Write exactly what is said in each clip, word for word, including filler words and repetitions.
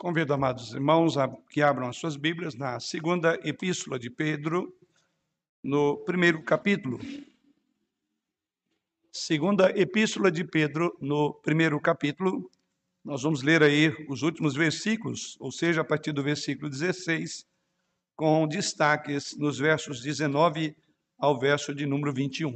Convido, amados irmãos, a que abram as suas Bíblias na segunda epístola de Pedro, no primeiro capítulo. Segunda epístola de Pedro, no primeiro capítulo. Nós vamos ler aí os últimos versículos, ou seja, a partir do versículo dezesseis, com destaques nos versos dezenove ao verso de número vinte e um.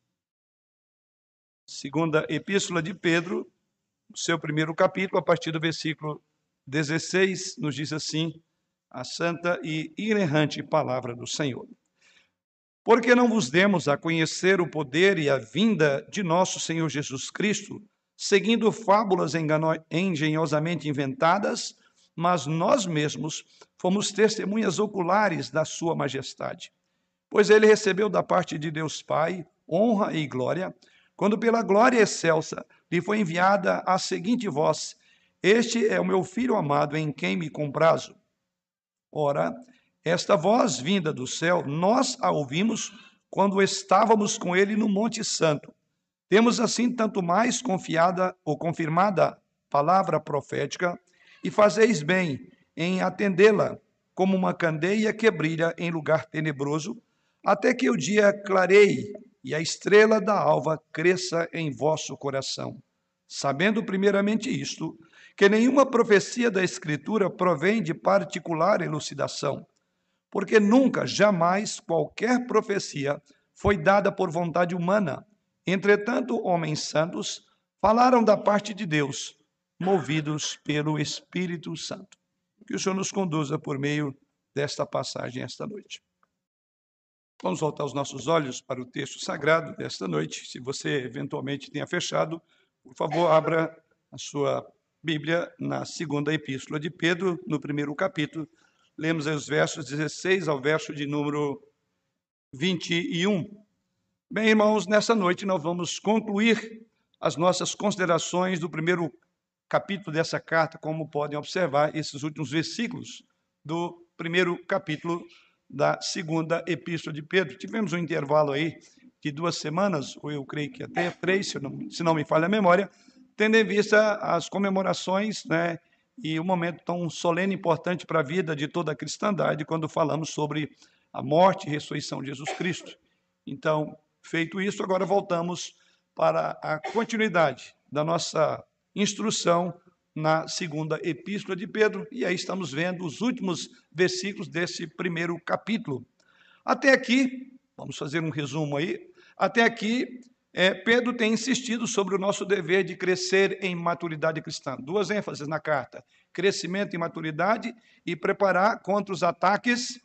Segunda epístola de Pedro, seu primeiro capítulo, a partir do versículo dezesseis, nos diz assim: a santa e inerrante palavra do Senhor. Porque não vos demos a conhecer o poder e a vinda de nosso Senhor Jesus Cristo, seguindo fábulas engano- engenhosamente inventadas, mas nós mesmos fomos testemunhas oculares da sua majestade. Pois ele recebeu da parte de Deus Pai honra e glória, quando pela glória excelsa lhe foi enviada a seguinte voz: Este é o meu Filho amado, em quem me comprazo. Ora, esta voz vinda do céu, nós a ouvimos quando estávamos com ele no Monte Santo. Temos assim tanto mais confiada ou confirmada palavra profética, e fazeis bem em atendê-la como uma candeia que brilha em lugar tenebroso, até que o dia clareie e a estrela da alva cresça em vosso coração. Sabendo primeiramente isto, que nenhuma profecia da Escritura provém de particular elucidação, porque nunca, jamais, qualquer profecia foi dada por vontade humana. Entretanto, homens santos falaram da parte de Deus, movidos pelo Espírito Santo. Que o Senhor nos conduza por meio desta passagem esta noite. Vamos voltar os nossos olhos para o texto sagrado desta noite. Se você eventualmente tenha fechado, por favor, abra a sua Bíblia na segunda epístola de Pedro, no primeiro capítulo. Lemos aí os versos dezesseis ao verso de número vinte e um. Bem, irmãos, nessa noite nós vamos concluir as nossas considerações do primeiro capítulo dessa carta, como podem observar esses últimos versículos do primeiro capítulo da segunda epístola de Pedro. Tivemos um intervalo aí de duas semanas, ou eu creio que até três, se não, se não me falha a memória, tendo em vista as comemorações, né, e um momento tão solene e importante para a vida de toda a cristandade, quando falamos sobre a morte e ressurreição de Jesus Cristo. Então, feito isso, agora voltamos para a continuidade da nossa instrução na segunda epístola de Pedro, e aí estamos vendo os últimos versículos desse primeiro capítulo. Até aqui, vamos fazer um resumo aí, até aqui, é, Pedro tem insistido sobre o nosso dever de crescer em maturidade cristã. Duas ênfases na carta: crescimento em maturidade e preparar contra os ataques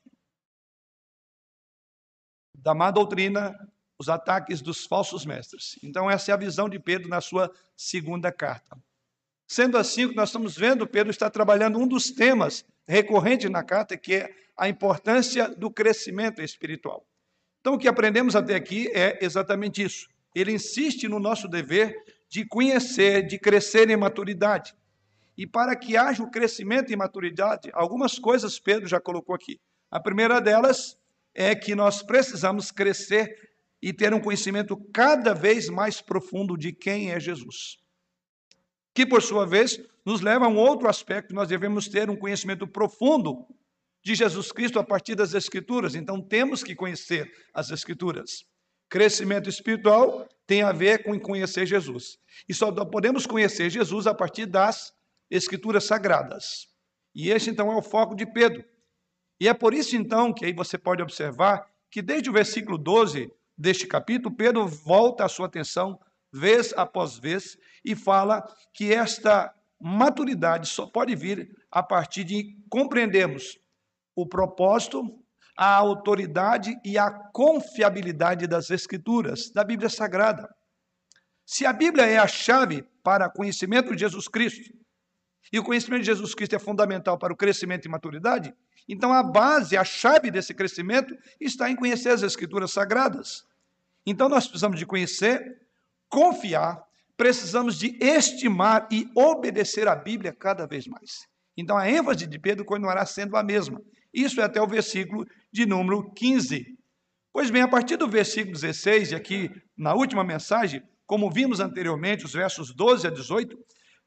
da má doutrina, os ataques dos falsos mestres. Então, essa é a visão de Pedro na sua segunda carta. Sendo assim, o que nós estamos vendo, Pedro está trabalhando um dos temas recorrentes na carta, que é a importância do crescimento espiritual. Então, o que aprendemos até aqui é exatamente isso. Ele insiste no nosso dever de conhecer, de crescer em maturidade. E para que haja o crescimento em maturidade, algumas coisas Pedro já colocou aqui. A primeira delas é que nós precisamos crescer e ter um conhecimento cada vez mais profundo de quem é Jesus. Que, por sua vez, nos leva a um outro aspecto: nós devemos ter um conhecimento profundo de Jesus Cristo a partir das Escrituras. Então, temos que conhecer as Escrituras. Crescimento espiritual tem a ver com conhecer Jesus. E só podemos conhecer Jesus a partir das Escrituras Sagradas. E esse, então, é o foco de Pedro. E é por isso, então, que aí você pode observar que desde o versículo doze deste capítulo, Pedro volta a sua atenção vez após vez e fala que esta maturidade só pode vir a partir de compreendermos o propósito, a autoridade e a confiabilidade das Escrituras, da Bíblia Sagrada. Se a Bíblia é a chave para o conhecimento de Jesus Cristo, e o conhecimento de Jesus Cristo é fundamental para o crescimento e maturidade, então a base, a chave desse crescimento está em conhecer as Escrituras Sagradas. Então nós precisamos de conhecer, confiar, precisamos de estimar e obedecer a Bíblia cada vez mais. Então a ênfase de Pedro continuará sendo a mesma. Isso é até o versículo de número quinze. Pois bem, a partir do versículo dezesseis, e aqui na última mensagem, como vimos anteriormente, os versos doze a dezoito,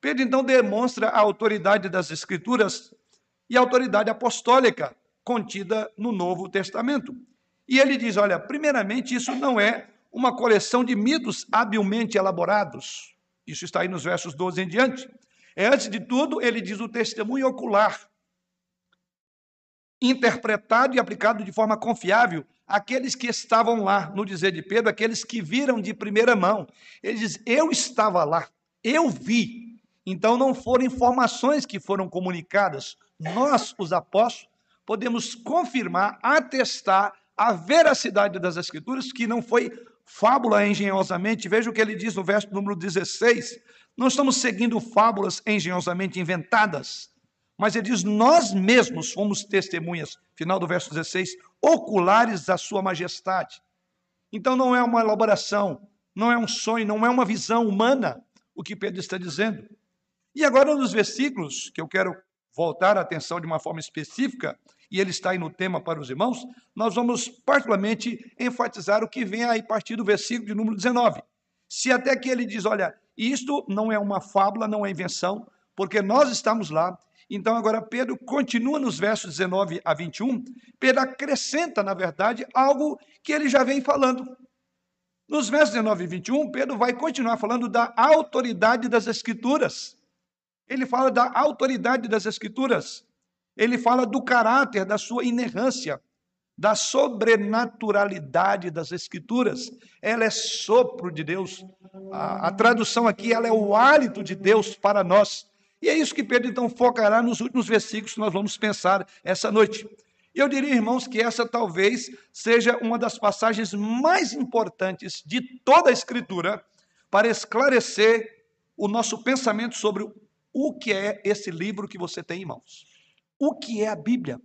Pedro, então, demonstra a autoridade das Escrituras e a autoridade apostólica contida no Novo Testamento. E ele diz, olha, primeiramente, isso não é uma coleção de mitos habilmente elaborados. Isso está aí nos versos doze em diante. É, antes de tudo, ele diz o testemunho ocular, interpretado e aplicado de forma confiável àqueles que estavam lá, no dizer de Pedro, aqueles que viram de primeira mão. Ele diz, eu estava lá, eu vi. Então, não foram informações que foram comunicadas. Nós, os apóstolos, podemos confirmar, atestar a veracidade das Escrituras, que não foi fábula engenhosamente. Veja o que ele diz no verso número dezesseis. Não estamos seguindo fábulas engenhosamente inventadas, mas ele diz, nós mesmos fomos testemunhas, final do verso dezesseis, oculares da sua majestade. Então não é uma elaboração, não é um sonho, não é uma visão humana, o que Pedro está dizendo. E agora nos versículos, que eu quero voltar a atenção de uma forma específica, e ele está aí no tema para os irmãos, nós vamos particularmente enfatizar o que vem aí a partir do versículo de número dezenove. Se até que ele diz, olha, isto não é uma fábula, não é invenção, porque nós estamos lá. Então agora Pedro continua nos versos dezenove a vinte e um, Pedro acrescenta, na verdade, algo que ele já vem falando. Nos versos dezenove e vinte e um, Pedro vai continuar falando da autoridade das Escrituras. Ele fala da autoridade das Escrituras. Ele fala do caráter, da sua inerrância, da sobrenaturalidade das Escrituras. Ela é sopro de Deus. A, a tradução aqui, ela é o hálito de Deus para nós. E é isso que Pedro, então, focará nos últimos versículos que nós vamos pensar essa noite. Eu diria, irmãos, que essa talvez seja uma das passagens mais importantes de toda a Escritura para esclarecer o nosso pensamento sobre o que é esse livro que você tem em mãos. O que é a Bíblia?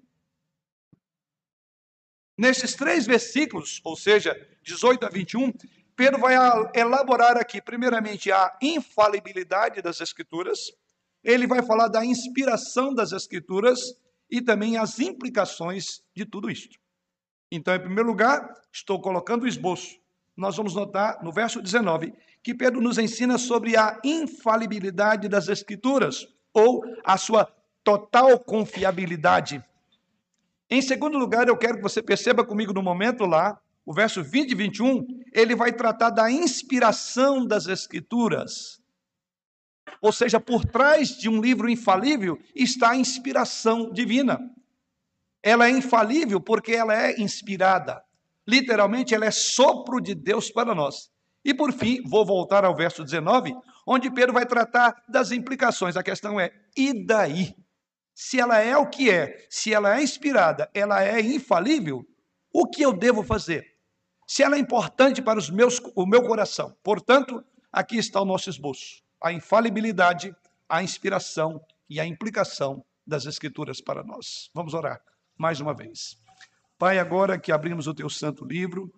Nesses três versículos, ou seja, dezoito a vinte e um, Pedro vai elaborar aqui, primeiramente, a infalibilidade das Escrituras. Ele vai falar da inspiração das Escrituras e também as implicações de tudo isto. Então, em primeiro lugar, estou colocando o esboço. Nós vamos notar no verso dezenove que Pedro nos ensina sobre a infalibilidade das Escrituras, ou a sua total confiabilidade. Em segundo lugar, eu quero que você perceba comigo no momento lá, o verso vinte e vinte e um, ele vai tratar da inspiração das Escrituras. Ou seja, por trás de um livro infalível está a inspiração divina. Ela é infalível porque ela é inspirada. Literalmente, ela é sopro de Deus para nós. E por fim, vou voltar ao verso dezenove, onde Pedro vai tratar das implicações. A questão é, e daí? Se ela é o que é, se ela é inspirada, ela é infalível, o que eu devo fazer? Se ela é importante para os meus, o meu coração. Portanto, aqui está o nosso esboço. A infalibilidade, a inspiração e a implicação das Escrituras para nós. Vamos orar mais uma vez. Pai, agora que abrimos o teu santo livro,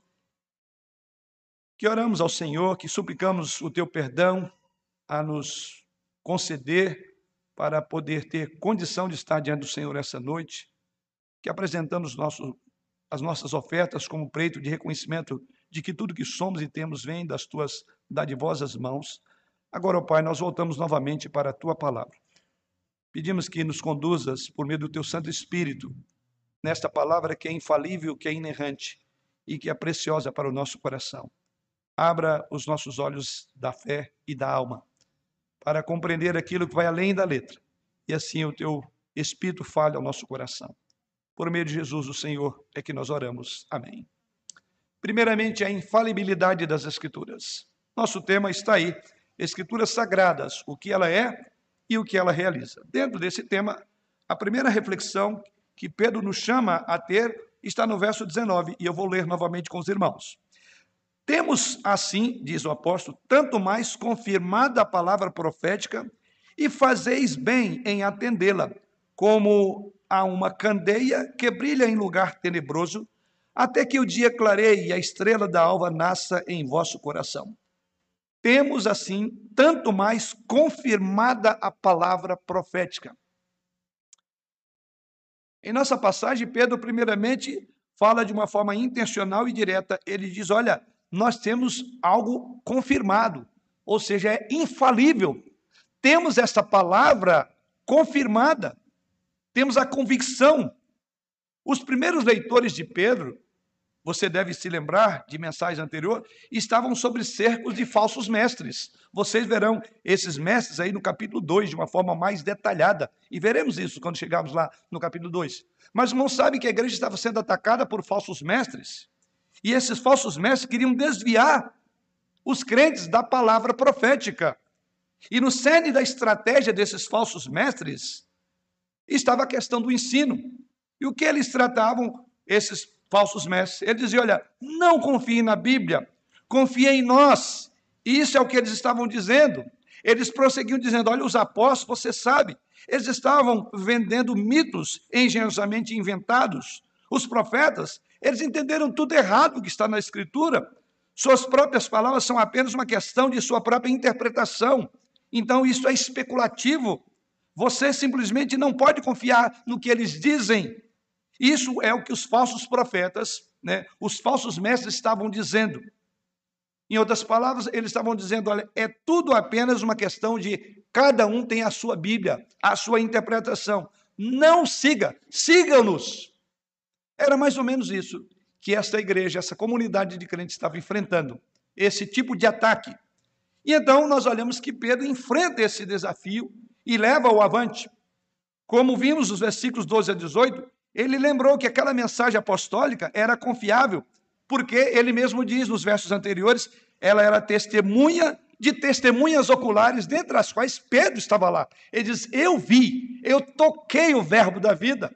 que oramos ao Senhor, que suplicamos o teu perdão a nos conceder para poder ter condição de estar diante do Senhor essa noite, que apresentamos nosso, as nossas ofertas como preito de reconhecimento de que tudo que somos e temos vem das tuas dadivosas mãos. Agora, ó Pai, nós voltamos novamente para a tua palavra. Pedimos que nos conduzas por meio do teu Santo Espírito nesta palavra que é infalível, que é inerrante e que é preciosa para o nosso coração. Abra os nossos olhos da fé e da alma para compreender aquilo que vai além da letra. E assim o teu Espírito fale ao nosso coração. Por meio de Jesus, o Senhor, é que nós oramos. Amém. Primeiramente, a infalibilidade das Escrituras. Nosso tema está aí, Escrituras Sagradas, o que ela é e o que ela realiza. Dentro desse tema, a primeira reflexão que Pedro nos chama a ter está no verso dezenove, e eu vou ler novamente com os irmãos. Temos, assim, diz o apóstolo, tanto mais confirmada a palavra profética, e fazeis bem em atendê-la, como a uma candeia que brilha em lugar tenebroso, até que o dia clareie e a estrela da alva nasça em vosso coração. Temos, assim, tanto mais confirmada a palavra profética. Em nossa passagem, Pedro, primeiramente, fala de uma forma intencional e direta. Ele diz, olha, nós temos algo confirmado, ou seja, é infalível. temos essa palavra confirmada, temos a convicção. Os primeiros leitores de Pedro, você deve se lembrar de mensagem anterior, estavam sob cercos de falsos mestres. Vocês verão esses mestres aí no capítulo dois, de uma forma mais detalhada. E veremos isso quando chegarmos lá no capítulo dois. Mas o irmão sabe que a igreja estava sendo atacada por falsos mestres. E esses falsos mestres queriam desviar os crentes da palavra profética. E no cerne da estratégia desses falsos mestres estava a questão do ensino. E o que eles tratavam, esses falsos mestres? Eles diziam, olha, não confie na Bíblia, confie em nós. E isso é o que eles estavam dizendo. Eles prosseguiam dizendo, olha, os apóstolos, você sabe, eles estavam vendendo mitos engenhosamente inventados. Os profetas, eles entenderam tudo errado que está na Escritura. Suas próprias palavras são apenas uma questão de sua própria interpretação. Então, isso é especulativo. Você simplesmente não pode confiar no que eles dizem. Isso é o que os falsos profetas, né, os falsos mestres estavam dizendo. Em outras palavras, eles estavam dizendo, olha, é tudo apenas uma questão de cada um tem a sua Bíblia, a sua interpretação. Não siga, sigam-nos. Era mais ou menos isso que esta igreja, essa comunidade de crentes estava enfrentando, esse tipo de ataque. E então nós olhamos que Pedro enfrenta esse desafio e leva-o avante. Como vimos nos versículos doze a dezoito, ele lembrou que aquela mensagem apostólica era confiável, porque ele mesmo diz nos versos anteriores, ela era testemunha de testemunhas oculares, dentre as quais Pedro estava lá. Ele diz, eu vi, eu toquei o verbo da vida.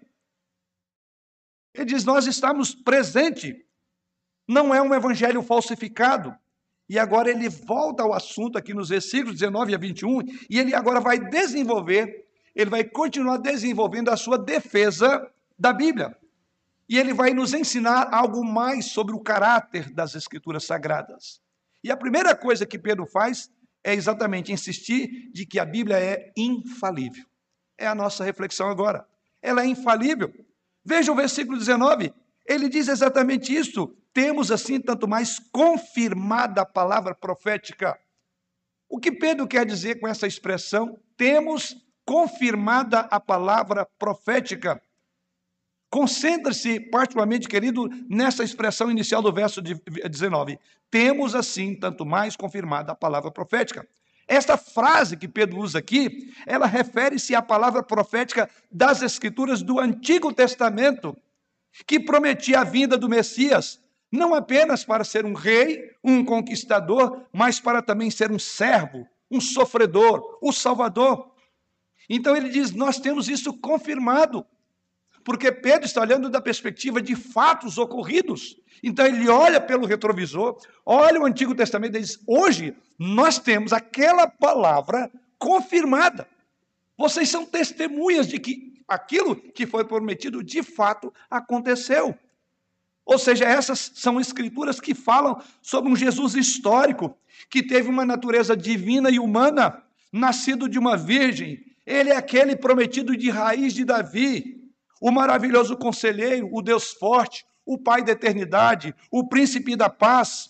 Ele diz, nós estamos presentes, não é um evangelho falsificado. E agora ele volta ao assunto aqui nos versículos dezenove a vinte e um, e ele agora vai desenvolver, ele vai continuar desenvolvendo a sua defesa da Bíblia. E ele vai nos ensinar algo mais sobre o caráter das Escrituras Sagradas. E a primeira coisa que Pedro faz é exatamente insistir de que a Bíblia é infalível. É a nossa reflexão agora. Ela é infalível. Veja o versículo dezenove, ele diz exatamente isso. Temos assim tanto mais confirmada a palavra profética. O que Pedro quer dizer com essa expressão? Temos confirmada a palavra profética. Concentre-se, particularmente, querido, nessa expressão inicial do verso dezenove. Temos assim tanto mais confirmada a palavra profética. Esta frase que Pedro usa aqui, ela refere-se à palavra profética das Escrituras do Antigo Testamento, que prometia a vinda do Messias, não apenas para ser um rei, um conquistador, mas para também ser um servo, um sofredor, o Salvador. Então ele diz, nós temos isso confirmado, porque Pedro está olhando da perspectiva de fatos ocorridos. Então ele olha pelo retrovisor, olha o Antigo Testamento e diz, hoje nós temos aquela palavra confirmada. Vocês são testemunhas de que aquilo que foi prometido de fato aconteceu. Ou seja, essas são escrituras que falam sobre um Jesus histórico, que teve uma natureza divina e humana, nascido de uma virgem. Ele é aquele prometido de raiz de Davi, o maravilhoso conselheiro, o Deus forte, o Pai da eternidade, o príncipe da paz.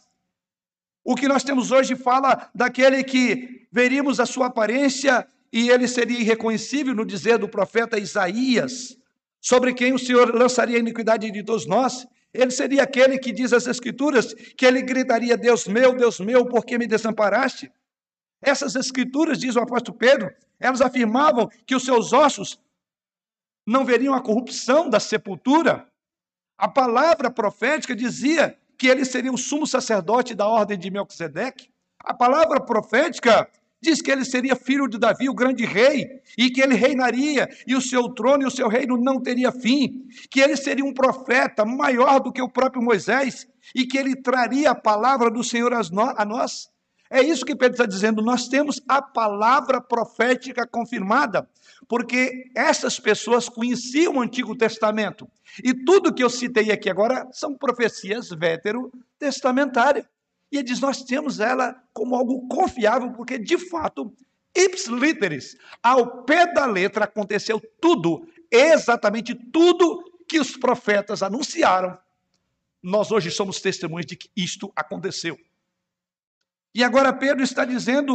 O que nós temos hoje fala daquele que veríamos a sua aparência e ele seria irreconhecível, no dizer do profeta Isaías, sobre quem o Senhor lançaria a iniquidade de todos nós. Ele seria aquele que diz as Escrituras, que ele gritaria, Deus meu, Deus meu, por que me desamparaste? Essas Escrituras, diz o apóstolo Pedro, elas afirmavam que os seus ossos não veriam a corrupção da sepultura. A palavra profética dizia que ele seria o sumo sacerdote da ordem de Melquisedeque. A palavra profética diz que ele seria filho de Davi, o grande rei, e que ele reinaria, e o seu trono e o seu reino não teria fim, que ele seria um profeta maior do que o próprio Moisés, e que ele traria a palavra do Senhor a nós. É isso que Pedro está dizendo, nós temos a palavra profética confirmada, porque essas pessoas conheciam o Antigo Testamento, e tudo que eu citei aqui agora são profecias veterotestamentárias. E ele diz, nós temos ela como algo confiável, porque de fato, ipsis literis, ao pé da letra aconteceu tudo, exatamente tudo que os profetas anunciaram. Nós hoje somos testemunhas de que isto aconteceu. E agora Pedro está dizendo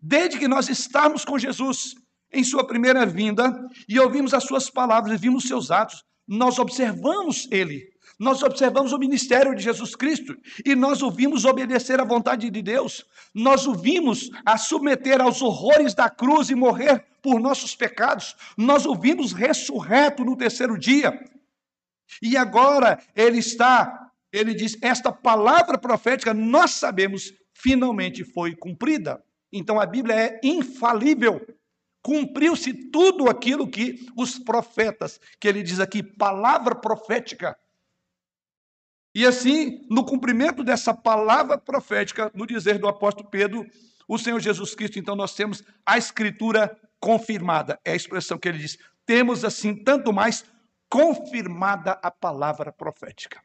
Desde que nós estávamos com Jesus em sua primeira vinda e ouvimos as suas palavras e vimos seus atos, nós observamos ele, nós observamos o ministério de Jesus Cristo e nós o vimos obedecer à vontade de Deus, nós o vimos a submeter aos horrores da cruz e morrer por nossos pecados, nós o vimos ressurreto no terceiro dia. E agora ele está, ele diz, esta palavra profética nós sabemos finalmente foi cumprida. Então a Bíblia é infalível. Cumpriu-se tudo aquilo que os profetas, que ele diz aqui, palavra profética. E assim, no cumprimento dessa palavra profética, no dizer do apóstolo Pedro, o Senhor Jesus Cristo, então nós temos a escritura confirmada. É a expressão que ele diz. Temos assim, tanto mais, confirmada a palavra profética.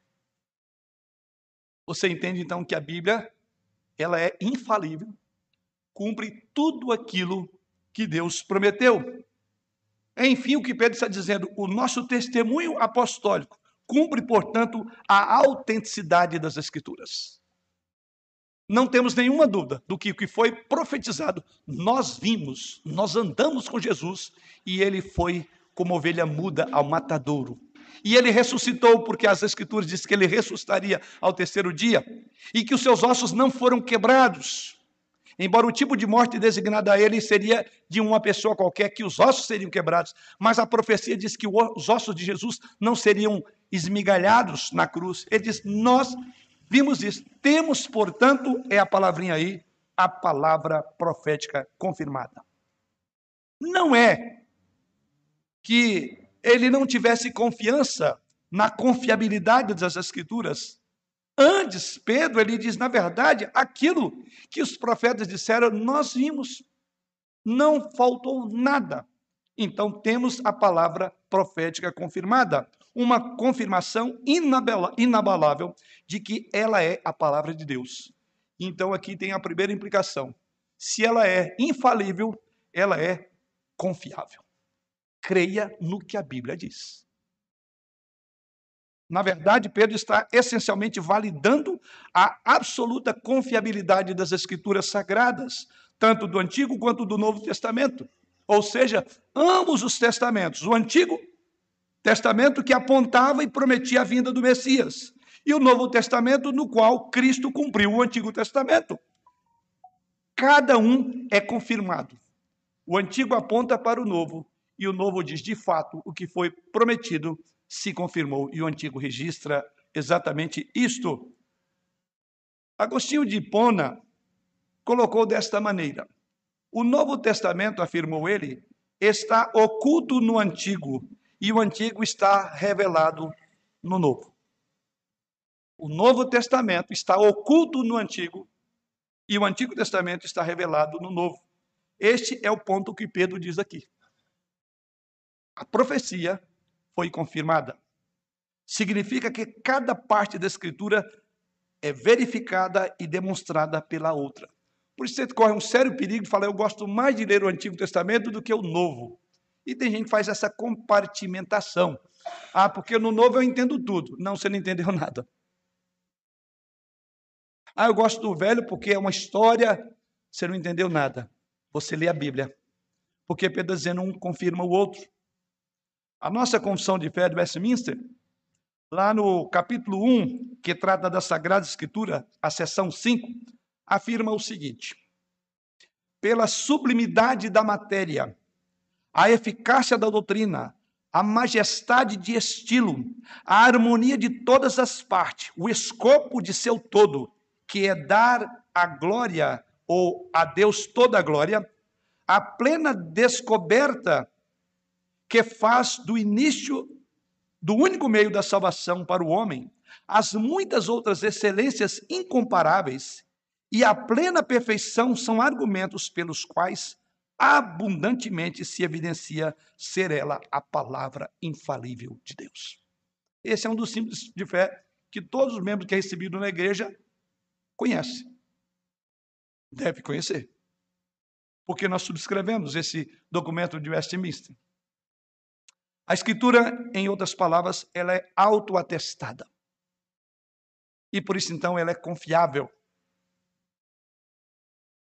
Você entende então que a Bíblia, ela é infalível, cumpre tudo aquilo que Deus prometeu. Enfim, o que Pedro está dizendo, o nosso testemunho apostólico cumpre, portanto, a autenticidade das Escrituras. Não temos nenhuma dúvida do que o que foi profetizado. Nós vimos, nós andamos com Jesus e ele foi como ovelha muda ao matadouro. E ele ressuscitou, porque as Escrituras dizem que ele ressuscitaria ao terceiro dia e que os seus ossos não foram quebrados. Embora o tipo de morte designada a ele seria de uma pessoa qualquer, que os ossos seriam quebrados, mas a profecia diz que os ossos de Jesus não seriam esmigalhados na cruz. Ele diz, nós vimos isso. Temos, portanto, é a palavrinha aí, a palavra profética confirmada. Não é que ele não tivesse confiança na confiabilidade das Escrituras. Antes, Pedro, ele diz, na verdade, aquilo que os profetas disseram, nós vimos, não faltou nada. Então, temos a palavra profética confirmada, uma confirmação inabalável de que ela é a palavra de Deus. Então, aqui tem a primeira implicação. Se ela é infalível, ela é confiável. Creia no que a Bíblia diz. Na verdade, Pedro está essencialmente validando a absoluta confiabilidade das Escrituras sagradas, tanto do Antigo quanto do Novo Testamento. Ou seja, ambos os testamentos. O Antigo Testamento que apontava e prometia a vinda do Messias. E o Novo Testamento no qual Cristo cumpriu o Antigo Testamento. Cada um é confirmado. O Antigo aponta para o Novo e o Novo diz, de fato, o que foi prometido se confirmou, e o Antigo registra exatamente isto. Agostinho de Hipona colocou desta maneira, o Novo Testamento, afirmou ele, está oculto no Antigo, e o Antigo está revelado no Novo. O Novo Testamento está oculto no Antigo, e o Antigo Testamento está revelado no Novo. Este é o ponto que Pedro diz aqui. A profecia foi confirmada. Significa que cada parte da Escritura é verificada e demonstrada pela outra. Por isso você corre um sério perigo de falar, eu gosto mais de ler o Antigo Testamento do que o Novo. E tem gente que faz essa compartimentação. Ah, porque no Novo eu entendo tudo. Não, você não entendeu nada. Ah, eu gosto do Velho porque é uma história, você não entendeu nada. Você lê a Bíblia. Porque Pedro dizendo um confirma o outro. A nossa confissão de fé de Westminster, lá no capítulo um, que trata da Sagrada Escritura, a seção cinco, afirma o seguinte: pela sublimidade da matéria, a eficácia da doutrina, a majestade de estilo, a harmonia de todas as partes, o escopo de seu todo, que é dar a glória, ou a Deus toda a glória, a plena descoberta que faz do início do único meio da salvação para o homem, as muitas outras excelências incomparáveis e a plena perfeição são argumentos pelos quais abundantemente se evidencia ser ela a palavra infalível de Deus. Esse é um dos símbolos de fé que todos os membros que é recebido na igreja conhecem. Deve conhecer. Porque nós subscrevemos esse documento de Westminster. A Escritura, em outras palavras, ela é autoatestada. E por isso, então, ela é confiável.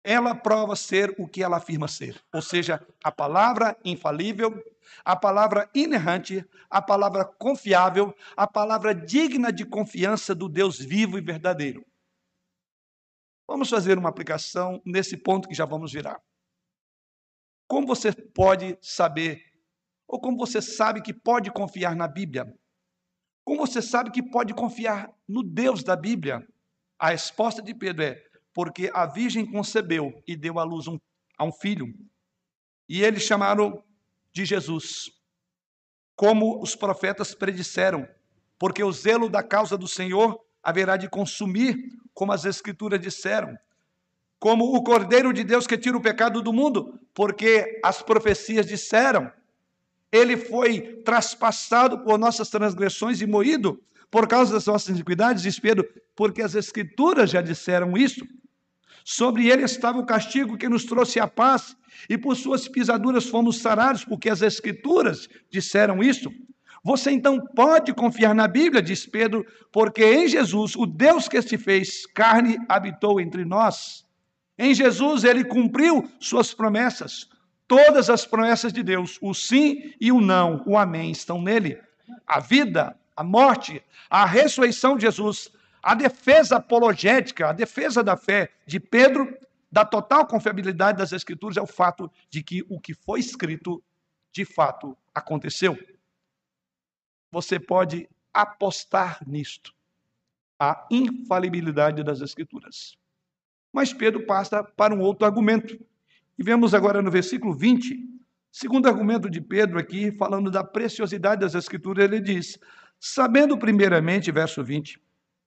ela prova ser o que ela afirma ser. Ou seja, a palavra infalível, a palavra inerrante, a palavra confiável, a palavra digna de confiança do Deus vivo e verdadeiro. Vamos fazer uma aplicação nesse ponto que já vamos virar. Como você pode saber, ou como você sabe que pode confiar na Bíblia? Como você sabe que pode confiar no Deus da Bíblia? A resposta de Pedro é: porque a virgem concebeu e deu à luz um, a um filho, e eles chamaram de Jesus, como os profetas predisseram, porque o zelo da causa do Senhor haverá de consumir, como as Escrituras disseram, como o Cordeiro de Deus que tira o pecado do mundo, porque as profecias disseram, ele foi traspassado por nossas transgressões e moído por causa das nossas iniquidades, diz Pedro, porque as Escrituras já disseram isso. Sobre ele estava o castigo que nos trouxe a paz, e por suas pisaduras fomos sarados, porque as Escrituras disseram isso. Você então pode confiar na Bíblia, diz Pedro, porque em Jesus, o Deus que se fez carne, habitou entre nós. Em Jesus, ele cumpriu suas promessas. Todas as promessas de Deus, o sim e o não, o amém, estão nele. A vida, a morte, a ressurreição de Jesus, a defesa apologética, a defesa da fé de Pedro, da total confiabilidade das Escrituras, é o fato de que o que foi escrito, de fato, aconteceu. Você pode apostar nisto, a infalibilidade das Escrituras. Mas Pedro passa para um outro argumento. E vemos agora no versículo vinte, segundo argumento de Pedro aqui, falando da preciosidade das Escrituras, ele diz, sabendo primeiramente, verso vinte,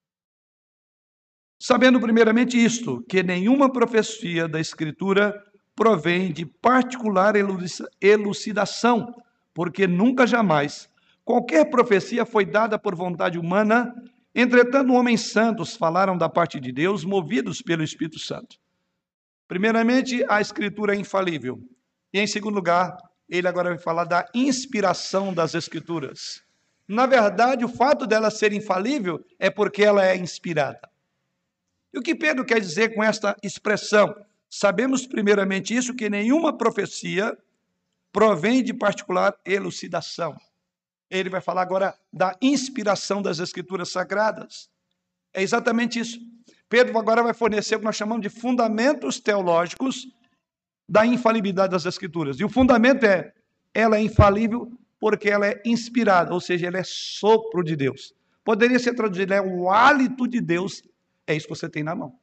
sabendo primeiramente isto, que nenhuma profecia da Escritura provém de particular elucidação, porque nunca jamais qualquer profecia foi dada por vontade humana, entretanto homens santos falaram da parte de Deus, movidos pelo Espírito Santo. Primeiramente, a Escritura é infalível. E, em segundo lugar, ele agora vai falar da inspiração das Escrituras. Na verdade, o fato dela ser infalível é porque ela é inspirada. E o que Pedro quer dizer com esta expressão? Sabemos, primeiramente, isso, que nenhuma profecia provém de particular elucidação. Ele vai falar agora da inspiração das Escrituras Sagradas. É exatamente isso. Pedro agora vai fornecer o que nós chamamos de fundamentos teológicos da infalibilidade das Escrituras. E o fundamento é, ela é infalível porque ela é inspirada, ou seja, ela é sopro de Deus. Poderia ser traduzido, é o hálito de Deus, é isso que você tem na mão.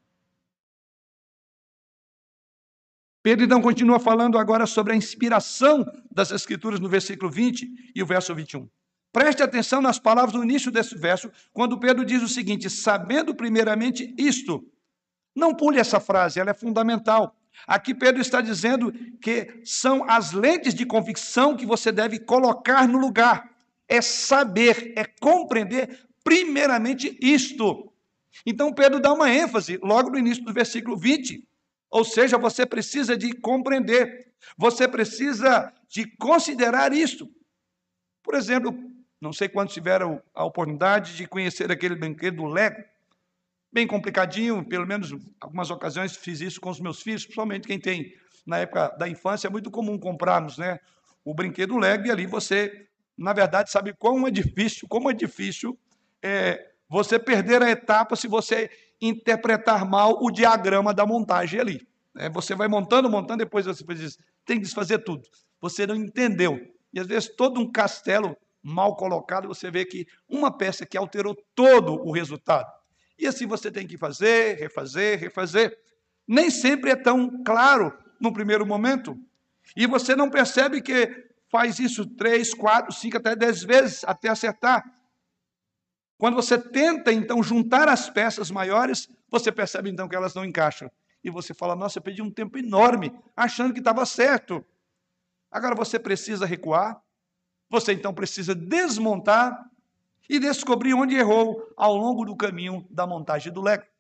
Pedro então continua falando agora sobre a inspiração das Escrituras no versículo vinte e o verso vinte e um. Preste atenção nas palavras no início desse verso, quando Pedro diz o seguinte, sabendo primeiramente isto. Não pule essa frase, ela é fundamental. Aqui Pedro está dizendo que são as lentes de convicção que você deve colocar no lugar. É saber, é compreender primeiramente isto. Então Pedro dá uma ênfase logo no início do versículo vinte. Ou seja, você precisa de compreender, você precisa de considerar isto. Por exemplo, não sei quantos tiveram a oportunidade de conhecer aquele brinquedo do Lego, bem complicadinho, pelo menos algumas ocasiões fiz isso com os meus filhos, principalmente quem tem, na época da infância, é muito comum comprarmos, né, o brinquedo Lego, e ali você, na verdade, sabe como é difícil, como é difícil é, você perder a etapa se você interpretar mal o diagrama da montagem ali. É, você vai montando, montando, depois você diz, tem que desfazer tudo. Você não entendeu. E às vezes todo um castelo mal colocado, você vê que uma peça que alterou todo o resultado. E assim você tem que fazer, refazer, refazer. Nem sempre é tão claro no primeiro momento. E você não percebe que faz isso três, quatro, cinco, até dez vezes, até acertar. Quando você tenta, então, juntar as peças maiores, você percebe, então, que elas não encaixam. E você fala, nossa, eu perdi um tempo enorme, achando que estava certo. Agora você precisa recuar, você, então, precisa desmontar e descobrir onde errou ao longo do caminho da montagem do Lego.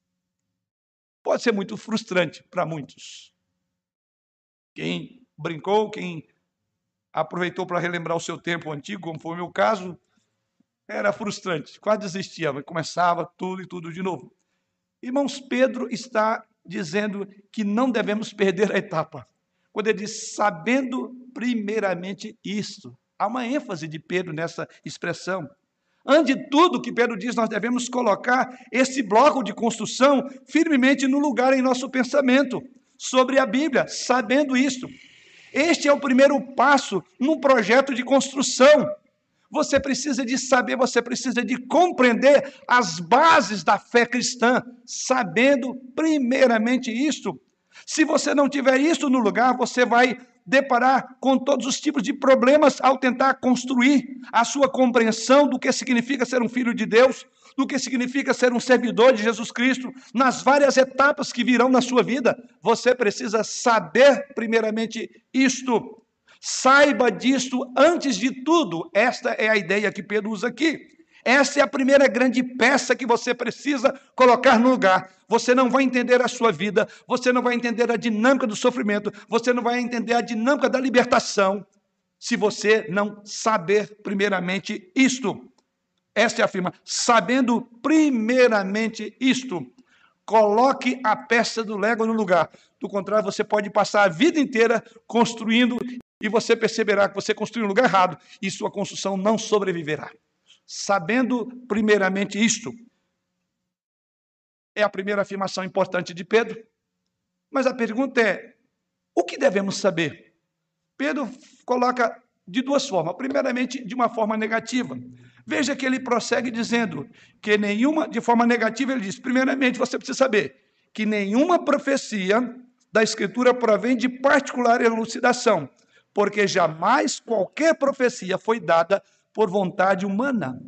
Pode ser muito frustrante para muitos. Quem brincou, quem aproveitou para relembrar o seu tempo antigo, como foi o meu caso, era frustrante, quase desistia, começava tudo e tudo de novo. Irmãos, Pedro está dizendo que não devemos perder a etapa. Quando ele diz, sabendo primeiramente isto. Há uma ênfase de Pedro nessa expressão. Antes de tudo que Pedro diz, nós devemos colocar esse bloco de construção firmemente no lugar em nosso pensamento sobre a Bíblia, sabendo isto. Este é o primeiro passo num projeto de construção. Você precisa de saber, você precisa de compreender as bases da fé cristã, sabendo primeiramente isto. Se você não tiver isso no lugar, você vai deparar com todos os tipos de problemas ao tentar construir a sua compreensão do que significa ser um filho de Deus, do que significa ser um servidor de Jesus Cristo, nas várias etapas que virão na sua vida. Você precisa saber primeiramente isto. Saiba disto antes de tudo. Esta é a ideia que Pedro usa aqui. Essa é a primeira grande peça que você precisa colocar no lugar. Você não vai entender a sua vida, você não vai entender a dinâmica do sofrimento, você não vai entender a dinâmica da libertação, se você não saber primeiramente isto. Esta é a firma. Sabendo primeiramente isto, coloque a peça do Lego no lugar. Do contrário, você pode passar a vida inteira construindo e você perceberá que você construiu no lugar errado e sua construção não sobreviverá. Sabendo primeiramente isto. É a primeira afirmação importante de Pedro. Mas a pergunta é, o que devemos saber? Pedro coloca de duas formas. Primeiramente, de uma forma negativa. Veja que ele prossegue dizendo que nenhuma, de forma negativa, ele diz, primeiramente, você precisa saber que nenhuma profecia da Escritura provém de particular elucidação, porque jamais qualquer profecia foi dada por vontade humana.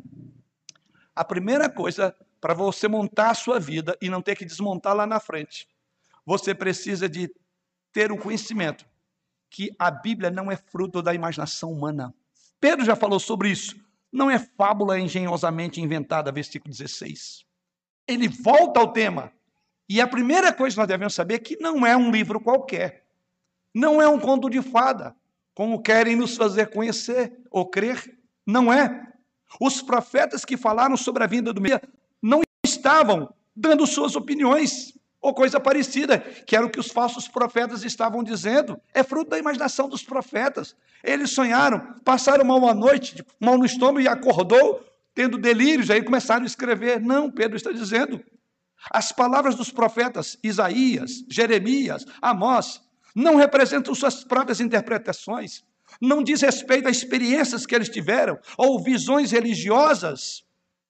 A primeira coisa para você montar a sua vida e não ter que desmontar lá na frente, você precisa de ter o conhecimento que a Bíblia não é fruto da imaginação humana. Pedro já falou sobre isso. Não é fábula engenhosamente inventada, versículo dezesseis. Ele volta ao tema. E a primeira coisa que nós devemos saber é que não é um livro qualquer. Não é um conto de fada, como querem nos fazer conhecer ou crer. Não é. Os profetas que falaram sobre a vinda do Messias não estavam dando suas opiniões ou coisa parecida, que era o que os falsos profetas estavam dizendo. É fruto da imaginação dos profetas. Eles sonharam, passaram mal uma noite, mal no estômago e acordou, tendo delírios, aí começaram a escrever. Não, Pedro está dizendo. As palavras dos profetas Isaías, Jeremias, Amós, não representam suas próprias interpretações. Não diz respeito a experiências que eles tiveram ou visões religiosas.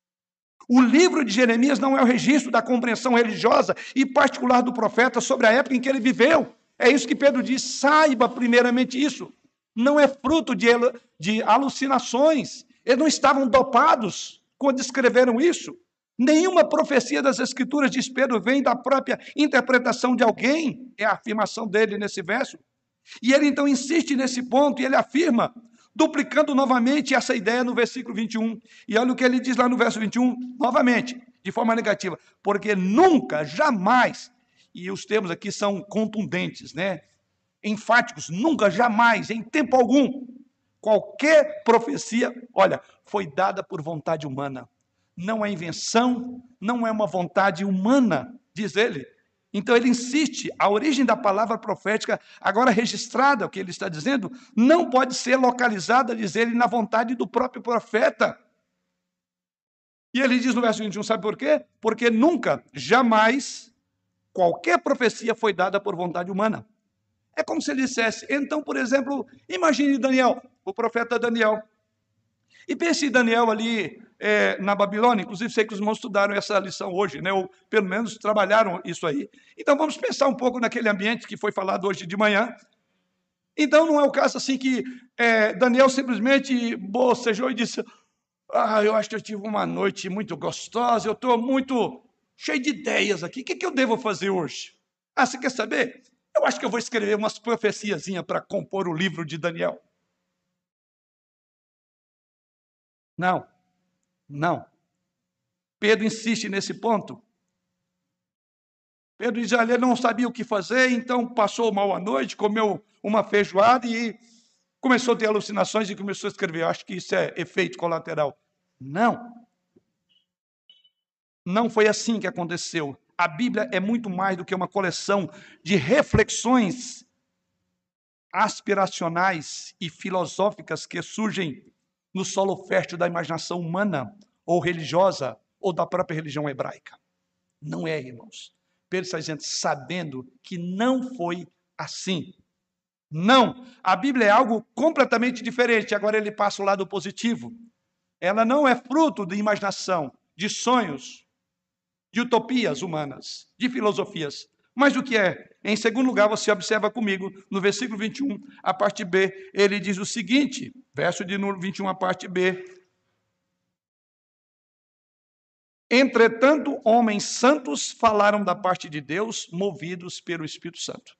O livro de Jeremias não é o registro da compreensão religiosa e particular do profeta sobre a época em que ele viveu. É isso que Pedro diz, saiba primeiramente isso. Não é fruto de, de alucinações. Eles não estavam dopados quando escreveram isso. Nenhuma profecia das Escrituras, diz Pedro, vem da própria interpretação de alguém. É a afirmação dele nesse verso. E ele então insiste nesse ponto e ele afirma, duplicando novamente essa ideia no versículo vinte e um. E olha o que ele diz lá no verso vinte e um, novamente, de forma negativa. Porque nunca, jamais, e os termos aqui são contundentes, né? Enfáticos, nunca, jamais, em tempo algum, qualquer profecia, olha, foi dada por vontade humana. Não é invenção, não é uma vontade humana, diz ele. Então ele insiste, a origem da palavra profética, agora registrada, o que ele está dizendo, não pode ser localizada, diz ele, na vontade do próprio profeta. E ele diz no verso vinte e um, sabe por quê? Porque nunca, jamais, qualquer profecia foi dada por vontade humana. É como se ele dissesse, então, por exemplo, imagine Daniel, o profeta Daniel. E pense em Daniel ali é, na Babilônia, inclusive sei que os irmãos estudaram essa lição hoje, né, ou pelo menos trabalharam isso aí. Então vamos pensar um pouco naquele ambiente que foi falado hoje de manhã. Então não é o caso assim que é, Daniel simplesmente bocejou e disse, ah, eu acho que eu tive uma noite muito gostosa, eu estou muito cheio de ideias aqui, o que, que eu devo fazer hoje? Ah, você quer saber? Eu acho que eu vou escrever umas profeciazinhas para compor o livro de Daniel. Não, não. Pedro insiste nesse ponto. Pedro diz, olha, ele não sabia o que fazer, então passou mal a noite, comeu uma feijoada e começou a ter alucinações e começou a escrever. Eu acho que isso é efeito colateral. Não. Não foi assim que aconteceu. a Bíblia é muito mais do que uma coleção de reflexões aspiracionais e filosóficas que surgem no solo fértil da imaginação humana, ou religiosa, ou da própria religião hebraica. Não é, irmãos. Pedro está dizendo, sabendo que não foi assim. Não, a Bíblia é algo completamente diferente. Agora ele passa o lado positivo. Ela não é fruto de imaginação, de sonhos, de utopias humanas, de filosofias. Mas o que é? Em segundo lugar, você observa comigo, no versículo vinte e um, a parte B, ele diz o seguinte, verso de vinte e um, a parte B. Entretanto, homens santos falaram da parte de Deus, movidos pelo Espírito Santo.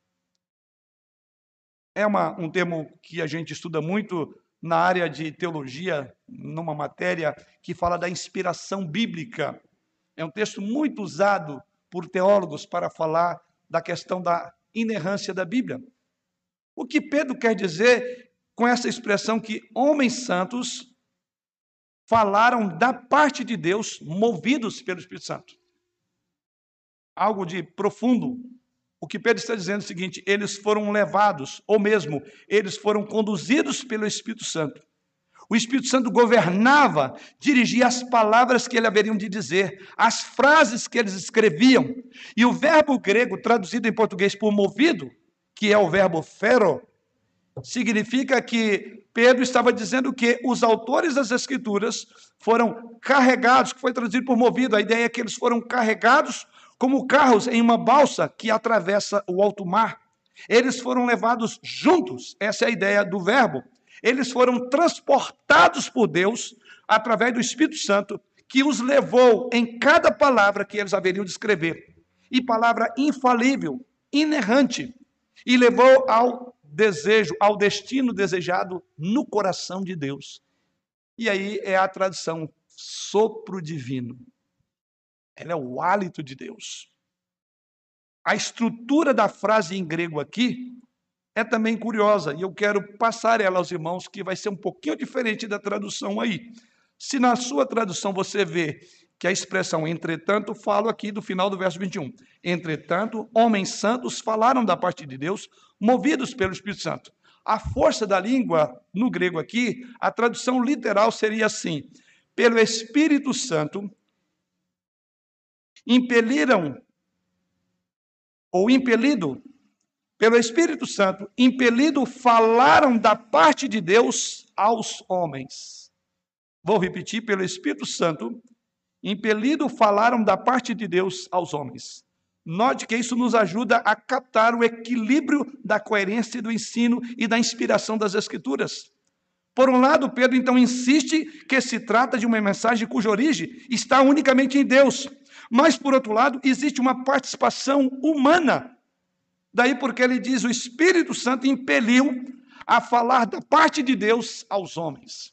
É uma, um termo que a gente estuda muito na área de teologia, numa matéria que fala da inspiração bíblica. É um texto muito usado por teólogos para falar da questão da inerrância da Bíblia. O que Pedro quer dizer com essa expressão que homens santos falaram da parte de Deus, movidos pelo Espírito Santo? Algo de profundo. O que Pedro está dizendo é o seguinte, eles foram levados, ou mesmo, eles foram conduzidos pelo Espírito Santo. O Espírito Santo governava, dirigia as palavras que eles haveriam de dizer, as frases que eles escreviam. E o verbo grego, traduzido em português por movido, que é o verbo phero, significa que Pedro estava dizendo que os autores das Escrituras foram carregados, que foi traduzido por movido, a ideia é que eles foram carregados como carros em uma balsa que atravessa o alto mar. Eles foram levados juntos, essa é a ideia do verbo. Eles foram transportados por Deus através do Espírito Santo, que os levou em cada palavra que eles haveriam de escrever. E palavra infalível, inerrante, e levou ao desejo, ao destino desejado no coração de Deus. E aí é a tradução sopro divino. Ela é o hálito de Deus. A estrutura da frase em grego aqui é também curiosa, e eu quero passar ela aos irmãos, que vai ser um pouquinho diferente da tradução aí. Se na sua tradução você vê que a expressão entretanto, falo aqui do final do verso vinte e um. Entretanto, homens santos falaram da parte de Deus, movidos pelo Espírito Santo. A força da língua, no grego aqui, a tradução literal seria assim, pelo Espírito Santo, impeliram, ou impelido, pelo Espírito Santo, impelido, falaram da parte de Deus aos homens. Vou repetir, pelo Espírito Santo, impelido, falaram da parte de Deus aos homens. Note que isso nos ajuda a captar o equilíbrio da coerência do ensino e da inspiração das Escrituras. Por um lado, Pedro então insiste que se trata de uma mensagem cuja origem está unicamente em Deus. Mas, por outro lado, existe uma participação humana. Daí porque ele diz, o Espírito Santo impeliu a falar da parte de Deus aos homens.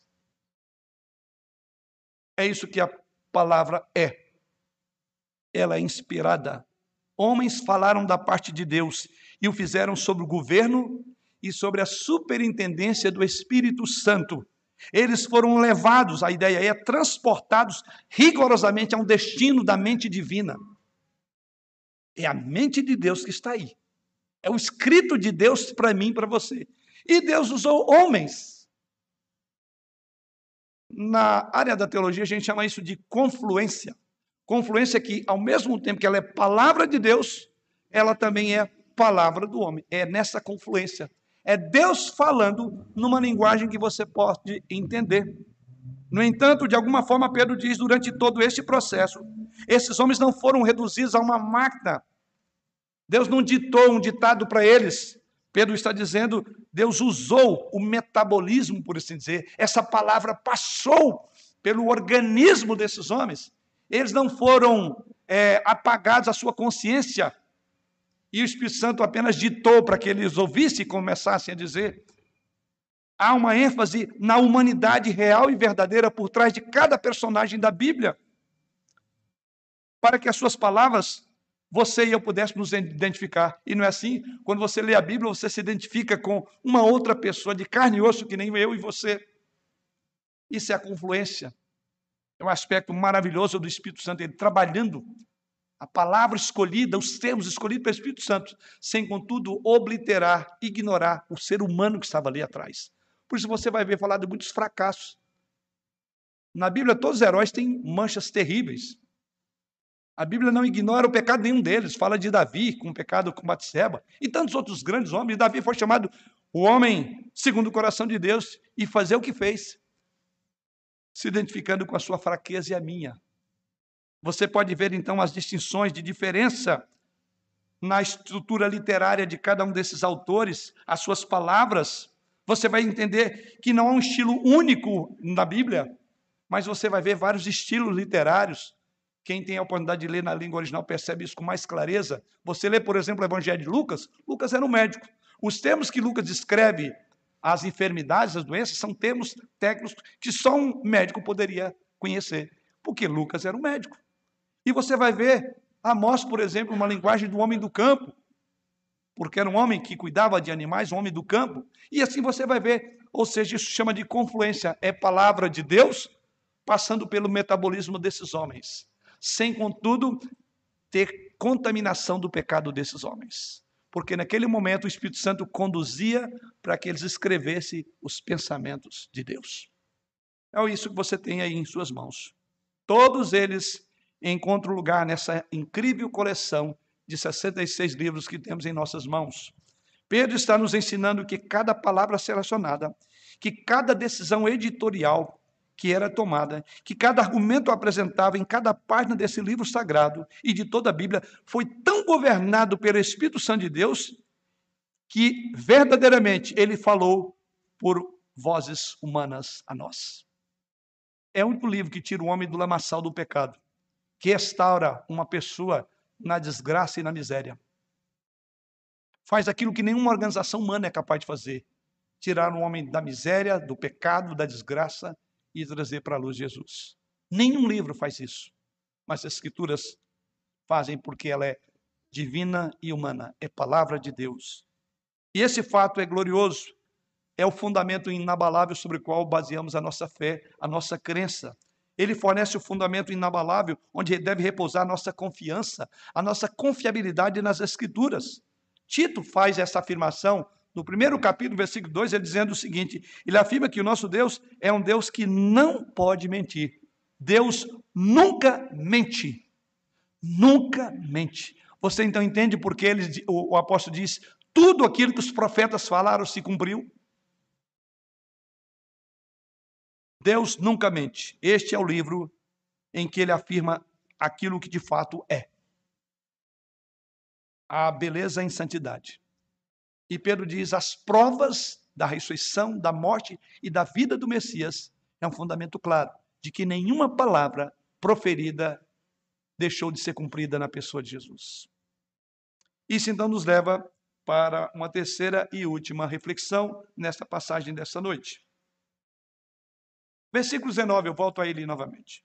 É isso que a palavra é. Ela é inspirada. Homens falaram da parte de Deus e o fizeram sobre o governo e sobre a superintendência do Espírito Santo. Eles foram levados, a ideia é, transportados rigorosamente a um destino da mente divina. É a mente de Deus que está aí. É o escrito de Deus para mim e para você. E Deus usou homens. Na área da teologia, a gente chama isso de confluência. Confluência que, ao mesmo tempo que ela é palavra de Deus, ela também é palavra do homem. É nessa confluência. É Deus falando numa linguagem que você pode entender. No entanto, de alguma forma, Pedro diz, durante todo esse processo, esses homens não foram reduzidos a uma máquina. Deus não ditou um ditado para eles. Pedro está dizendo, Deus usou o metabolismo, por assim dizer. Essa palavra passou pelo organismo desses homens. Eles não foram é, apagados à sua consciência. E o Espírito Santo apenas ditou para que eles ouvissem e começassem a dizer. Há uma ênfase na humanidade real e verdadeira por trás de cada personagem da Bíblia. Para que as suas palavras, você e eu pudéssemos nos identificar. E não é assim? Quando você lê a Bíblia, você se identifica com uma outra pessoa de carne e osso, que nem eu e você. Isso é a confluência. É um aspecto maravilhoso do Espírito Santo, ele trabalhando a palavra escolhida, os termos escolhidos pelo Espírito Santo, sem, contudo, obliterar, ignorar o ser humano que estava ali atrás. Por isso você vai ver falar de muitos fracassos. Na Bíblia, todos os heróis têm manchas terríveis. A Bíblia não ignora o pecado de nenhum deles. Fala de Davi, com o pecado com Batseba, e tantos outros grandes homens. Davi foi chamado o homem segundo o coração de Deus e fazer o que fez, se identificando com a sua fraqueza e a minha. Você pode ver, então, as distinções de diferença na estrutura literária de cada um desses autores, as suas palavras. Você vai entender que não há um estilo único na Bíblia, mas você vai ver vários estilos literários. Quem tem a oportunidade de ler na língua original percebe isso com mais clareza. Você lê, por exemplo, o Evangelho de Lucas. Lucas era um médico. Os termos que Lucas descreve as enfermidades, as doenças, são termos técnicos que só um médico poderia conhecer, porque Lucas era um médico. E você vai ver Amós, por exemplo, uma linguagem do homem do campo, porque era um homem que cuidava de animais, um homem do campo. E assim você vai ver, ou seja, isso chama de confluência, é palavra de Deus passando pelo metabolismo desses homens, sem, contudo, ter contaminação do pecado desses homens. Porque naquele momento o Espírito Santo conduzia para que eles escrevessem os pensamentos de Deus. É isso que você tem aí em suas mãos. Todos eles encontram lugar nessa incrível coleção de sessenta e seis livros que temos em nossas mãos. Pedro está nos ensinando que cada palavra selecionada, que cada decisão editorial que era tomada, que cada argumento apresentado em cada página desse livro sagrado e de toda a Bíblia foi tão governado pelo Espírito Santo de Deus que verdadeiramente ele falou por vozes humanas a nós. É o único livro que tira o homem do lamaçal do pecado, que restaura uma pessoa na desgraça e na miséria. Faz aquilo que nenhuma organização humana é capaz de fazer, tirar um homem da miséria, do pecado, da desgraça e trazer para a luz Jesus. Nenhum livro faz isso, mas as Escrituras fazem porque ela é divina e humana, é palavra de Deus. E esse fato é glorioso, é o fundamento inabalável sobre o qual baseamos a nossa fé, a nossa crença. Ele fornece o fundamento inabalável onde deve repousar a nossa confiança, a nossa confiabilidade nas Escrituras. Tito faz essa afirmação no primeiro capítulo, versículo dois, ele dizendo o seguinte: ele afirma que o nosso Deus é um Deus que não pode mentir. Deus nunca mente. Nunca mente. Você então entende por que ele, o, o apóstolo diz: tudo aquilo que os profetas falaram se cumpriu? Deus nunca mente. Este é o livro em que ele afirma aquilo que de fato é. A beleza em santidade. E Pedro diz, as provas da ressurreição, da morte e da vida do Messias é um fundamento claro de que nenhuma palavra proferida deixou de ser cumprida na pessoa de Jesus. Isso então nos leva para uma terceira e última reflexão nesta passagem dessa noite. Versículo dezenove, eu volto a ele novamente.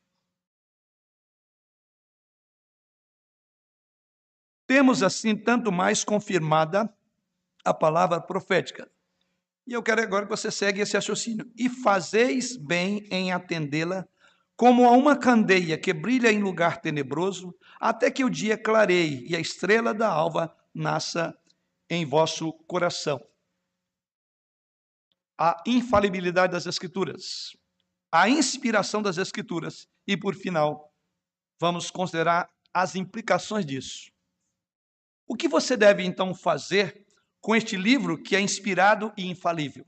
Temos assim tanto mais confirmada a palavra profética. E eu quero agora que você segue esse raciocínio. E fazeis bem em atendê-la como a uma candeia que brilha em lugar tenebroso, até que o dia clareie e a estrela da alva nasça em vosso coração. A infalibilidade das Escrituras, a inspiração das Escrituras e, por final, vamos considerar as implicações disso. O que você deve, então, fazer com este livro que é inspirado e infalível?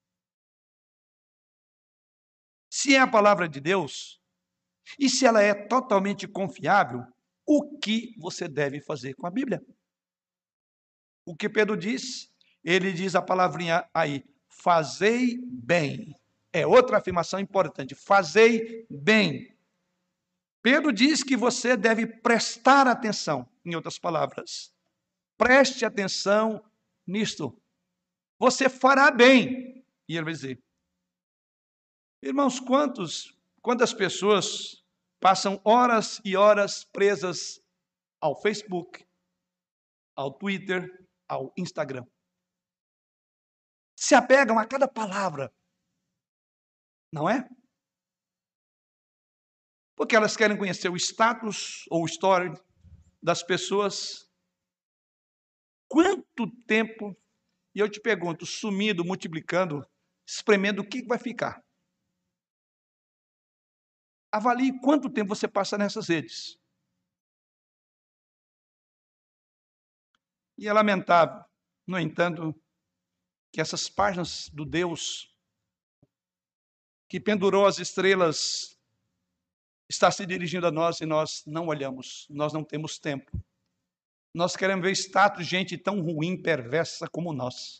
Se é a palavra de Deus, e se ela é totalmente confiável, o que você deve fazer com a Bíblia? O que Pedro diz? Ele diz a palavrinha aí, fazei bem. É outra afirmação importante, fazei bem. Pedro diz que você deve prestar atenção, em outras palavras. Preste atenção nisto. Você fará bem. E ele vai dizer, irmãos, quantos, quantas pessoas passam horas e horas presas ao Facebook, ao Twitter, ao Instagram? Se apegam a cada palavra, não é? Porque elas querem conhecer o status ou o story das pessoas, quanto tempo, e eu te pergunto, sumindo, multiplicando, espremendo, o que vai ficar? Avalie quanto tempo você passa nessas redes. E é lamentável, no entanto, que essas páginas do Deus que pendurou as estrelas está se dirigindo a nós e nós não olhamos, nós não temos tempo. Nós queremos ver status de gente tão ruim, perversa como nós.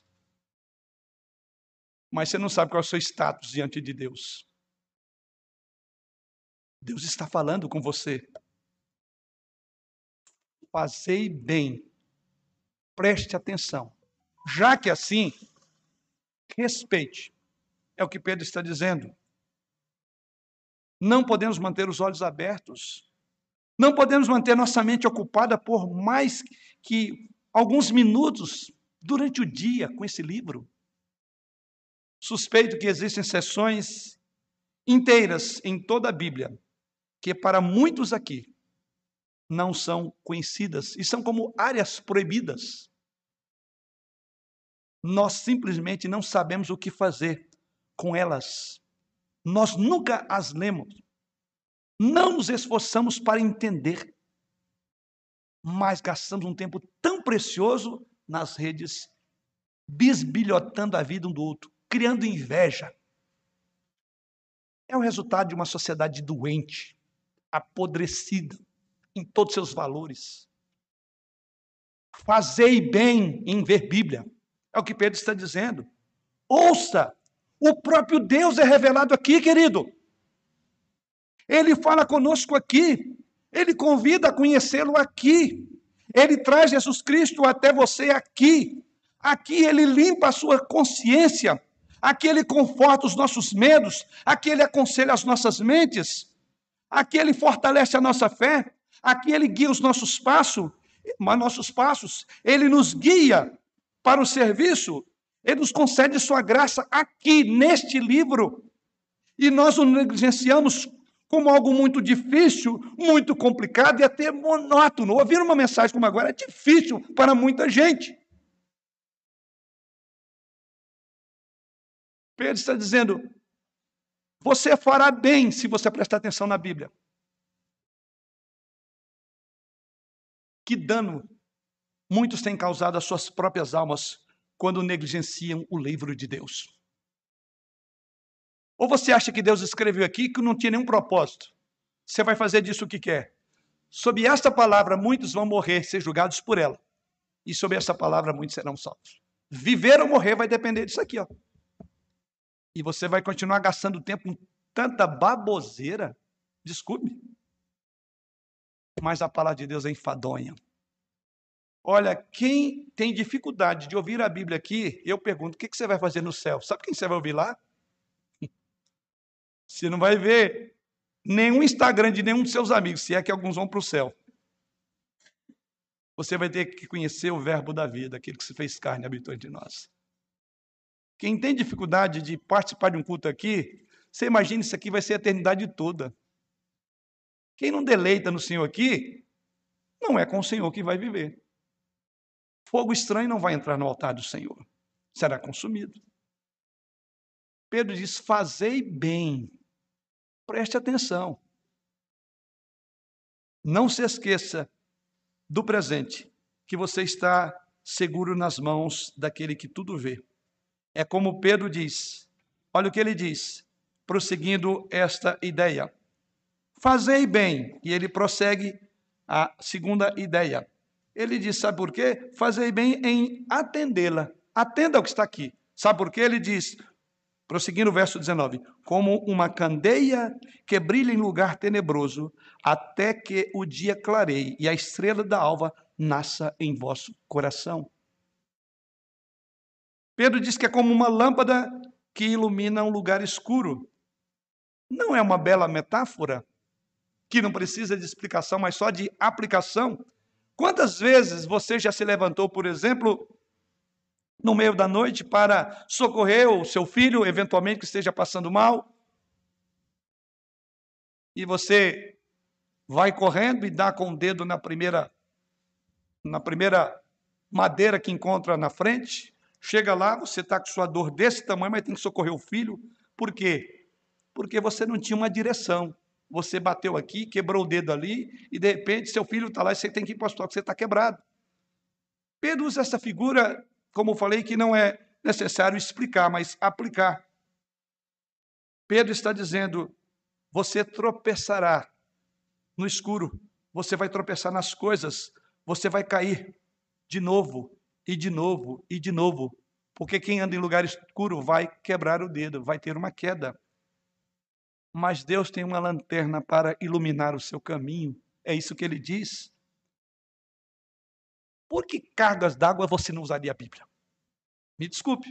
Mas você não sabe qual é o seu status diante de Deus. Deus está falando com você. Fazei bem. Preste atenção. Já que assim, respeite. É o que Pedro está dizendo. Não podemos manter os olhos abertos. Não podemos manter nossa mente ocupada por mais que alguns minutos durante o dia com esse livro. Suspeito que existem sessões inteiras em toda a Bíblia que para muitos aqui não são conhecidas e são como áreas proibidas. Nós simplesmente não sabemos o que fazer com elas. Nós nunca as lemos. Não nos esforçamos para entender, mas gastamos um tempo tão precioso nas redes, bisbilhotando a vida um do outro, criando inveja. É o resultado de uma sociedade doente, apodrecida em todos seus valores. Fazei bem em ver Bíblia. É o que Pedro está dizendo. Ouça, o próprio Deus é revelado aqui, querido. Ele fala conosco aqui. Ele convida a conhecê-lo aqui. Ele traz Jesus Cristo até você aqui. Aqui ele limpa a sua consciência. Aqui ele conforta os nossos medos. Aqui ele aconselha as nossas mentes. Aqui ele fortalece a nossa fé. Aqui ele guia os nossos passos. Mas nossos passos. Ele nos guia para o serviço. Ele nos concede sua graça aqui, neste livro. E nós o negligenciamos como algo muito difícil, muito complicado e até monótono. Ouvir uma mensagem como agora é difícil para muita gente. Pedro está dizendo, você fará bem se você prestar atenção na Bíblia. Que dano muitos têm causado às suas próprias almas quando negligenciam o livro de Deus. Ou você acha que Deus escreveu aqui que não tinha nenhum propósito? Você vai fazer disso o que quer. Sob esta palavra, muitos vão morrer, ser julgados por ela. E sob essa palavra, muitos serão salvos. Viver ou morrer vai depender disso aqui, ó. E você vai continuar gastando tempo com tanta baboseira. Desculpe. Mas a palavra de Deus é enfadonha. Olha, quem tem dificuldade de ouvir a Bíblia aqui, eu pergunto, o que você vai fazer no céu? Sabe quem você vai ouvir lá? Você não vai ver nenhum Instagram de nenhum dos seus amigos, se é que alguns vão para o céu. Você vai ter que conhecer o verbo da vida, aquele que se fez carne e habitou entre nós. Quem tem dificuldade de participar de um culto aqui, você imagina isso aqui vai ser a eternidade toda. Quem não deleita no Senhor aqui, não é com o Senhor que vai viver. Fogo estranho não vai entrar no altar do Senhor. Será consumido. Pedro diz, fazei bem. Preste atenção. Não se esqueça do presente, que você está seguro nas mãos daquele que tudo vê. É como Pedro diz, olha o que ele diz, prosseguindo esta ideia. Fazei bem, e ele prossegue a segunda ideia. Ele diz, sabe por quê? Fazei bem em atendê-la. Atenda ao que está aqui. Sabe por quê? Ele diz, prosseguindo o verso dezenove, como uma candeia que brilha em lugar tenebroso, até que o dia clareie e a estrela da alva nasça em vosso coração. Pedro diz que é como uma lâmpada que ilumina um lugar escuro. Não é uma bela metáfora? Que não precisa de explicação, mas só de aplicação. Quantas vezes você já se levantou, por exemplo, no meio da noite para socorrer o seu filho, eventualmente, que esteja passando mal? E você vai correndo e dá com o dedo na primeira na primeira madeira que encontra na frente, chega lá, você está com sua dor desse tamanho, mas tem que socorrer o filho. Por quê? Porque você não tinha uma direção. Você bateu aqui, quebrou o dedo ali, e de repente seu filho está lá e você tem que ir para o hospital, que você está quebrado. Pedro usa essa figura, como eu falei, que não é necessário explicar, mas aplicar. Pedro está dizendo, você tropeçará no escuro, você vai tropeçar nas coisas, você vai cair de novo, e de novo, e de novo, porque quem anda em lugar escuro vai quebrar o dedo, vai ter uma queda. Mas Deus tem uma lanterna para iluminar o seu caminho, é isso que ele diz. Por que cargas d'água você não usaria a Bíblia? Me desculpe.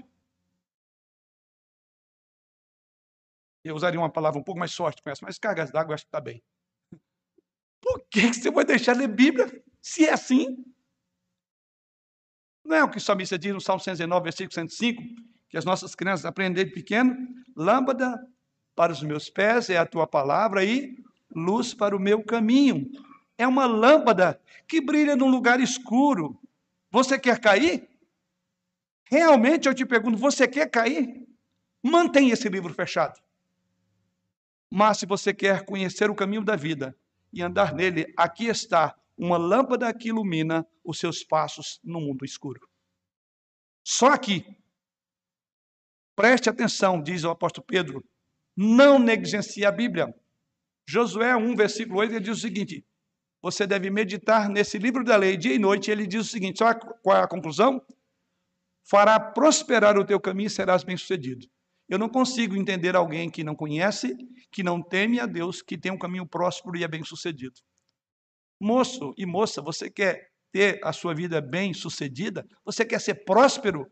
Eu usaria uma palavra um pouco mais forte com essa, mas cargas d'água acho que está bem. Por que você vai deixar de ler Bíblia se é assim? Não é o que o salmista diz no Salmo cento e dezenove, versículo cento e cinco, que as nossas crianças aprendem de pequeno? Lâmpada para os meus pés é a tua palavra e luz para o meu caminho. É uma lâmpada que brilha num lugar escuro. Você quer cair? Realmente eu te pergunto, você quer cair? Mantenha esse livro fechado. Mas se você quer conhecer o caminho da vida e andar nele, aqui está uma lâmpada que ilumina os seus passos no mundo escuro. Só aqui, preste atenção, diz o apóstolo Pedro, não negligencie a Bíblia. Josué um, versículo oito, ele diz o seguinte, você deve meditar nesse livro da lei dia e noite, ele diz o seguinte, sabe qual é a conclusão? Fará prosperar o teu caminho e serás bem-sucedido. Eu não consigo entender alguém que não conhece, que não teme a Deus, que tem um caminho próspero e é bem-sucedido. Moço e moça, você quer ter a sua vida bem-sucedida? Você quer ser próspero?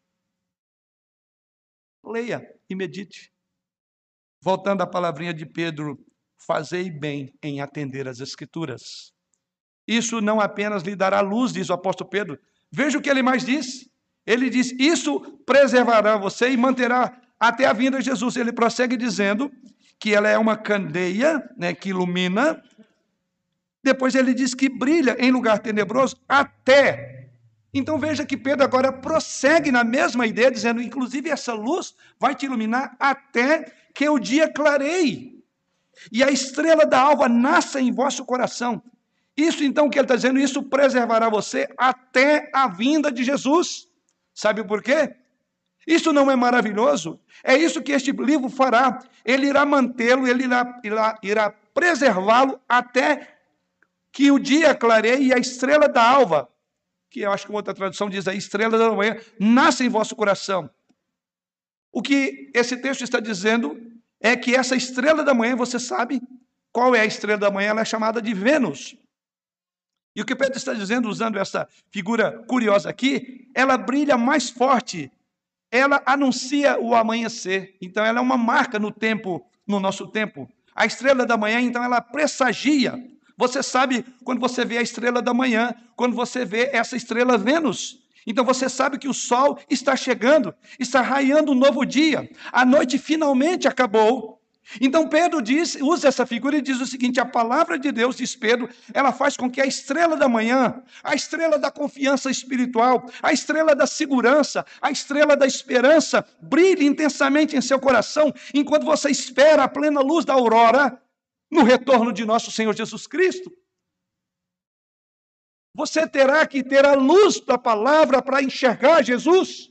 Leia e medite. Voltando à palavrinha de Pedro, fazei bem em atender as Escrituras. Isso não apenas lhe dará luz, diz o apóstolo Pedro. Veja o que ele mais diz. Ele diz, isso preservará você e manterá até a vinda de Jesus. Ele prossegue dizendo que ela é uma candeia, né, que ilumina. Depois ele diz que brilha em lugar tenebroso até. Então veja que Pedro agora prossegue na mesma ideia, dizendo, inclusive essa luz vai te iluminar até que o dia clareie. E a estrela da alva nasça em vosso coração. Isso então que ele está dizendo, isso preservará você até a vinda de Jesus. Sabe por quê? Isso não é maravilhoso? É isso que este livro fará. Ele irá mantê-lo, ele irá, irá, irá preservá-lo até que o dia clareie e a estrela da alva, que eu acho que outra tradução diz a estrela da manhã, nasce em vosso coração. O que esse texto está dizendo é que essa estrela da manhã, você sabe qual é a estrela da manhã? Ela é chamada de Vênus. E o que Pedro está dizendo, usando essa figura curiosa aqui, ela brilha mais forte, ela anuncia o amanhecer. Então, ela é uma marca no tempo, no nosso tempo. A estrela da manhã, então, ela pressagia. Você sabe quando você vê a estrela da manhã, quando você vê essa estrela Vênus. Então, você sabe que o sol está chegando, está raiando um novo dia. A noite finalmente acabou. Então Pedro diz, usa essa figura e diz o seguinte, a palavra de Deus, diz Pedro, ela faz com que a estrela da manhã, a estrela da confiança espiritual, a estrela da segurança, a estrela da esperança, brilhe intensamente em seu coração, enquanto você espera a plena luz da aurora no retorno de nosso Senhor Jesus Cristo. Você terá que ter a luz da palavra para enxergar Jesus,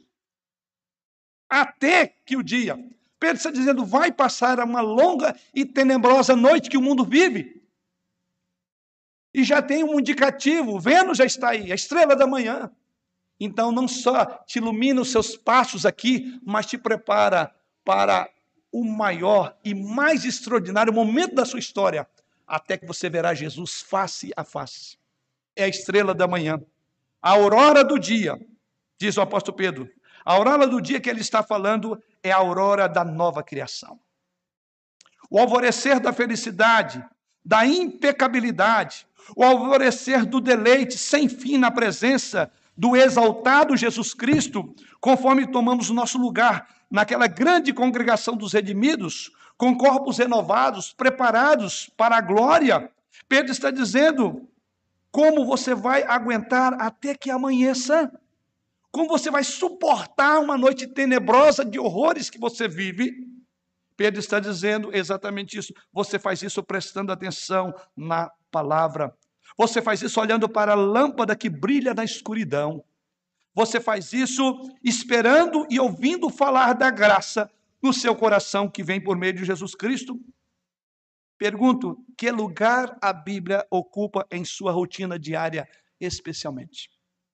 até que o dia... Pedro está dizendo, vai passar uma longa e tenebrosa noite que o mundo vive. E já tem um indicativo, Vênus já está aí, a estrela da manhã. Então não só te ilumina os seus passos aqui, mas te prepara para o maior e mais extraordinário momento da sua história, até que você verá Jesus face a face. É a estrela da manhã, a aurora do dia, diz o apóstolo Pedro. A aurora do dia que ele está falando é a aurora da nova criação. O alvorecer da felicidade, da impecabilidade, o alvorecer do deleite sem fim na presença do exaltado Jesus Cristo, conforme tomamos o nosso lugar naquela grande congregação dos redimidos, com corpos renovados, preparados para a glória. Pedro está dizendo, Como você vai aguentar até que amanheça? Como você vai suportar uma noite tenebrosa de horrores que você vive? Pedro está dizendo exatamente isso. Você faz isso prestando atenção na palavra. Você faz isso olhando para a lâmpada que brilha na escuridão. Você faz isso esperando e ouvindo falar da graça no seu coração que vem por meio de Jesus Cristo. Pergunto, que lugar a Bíblia ocupa em sua rotina diária, especialmente?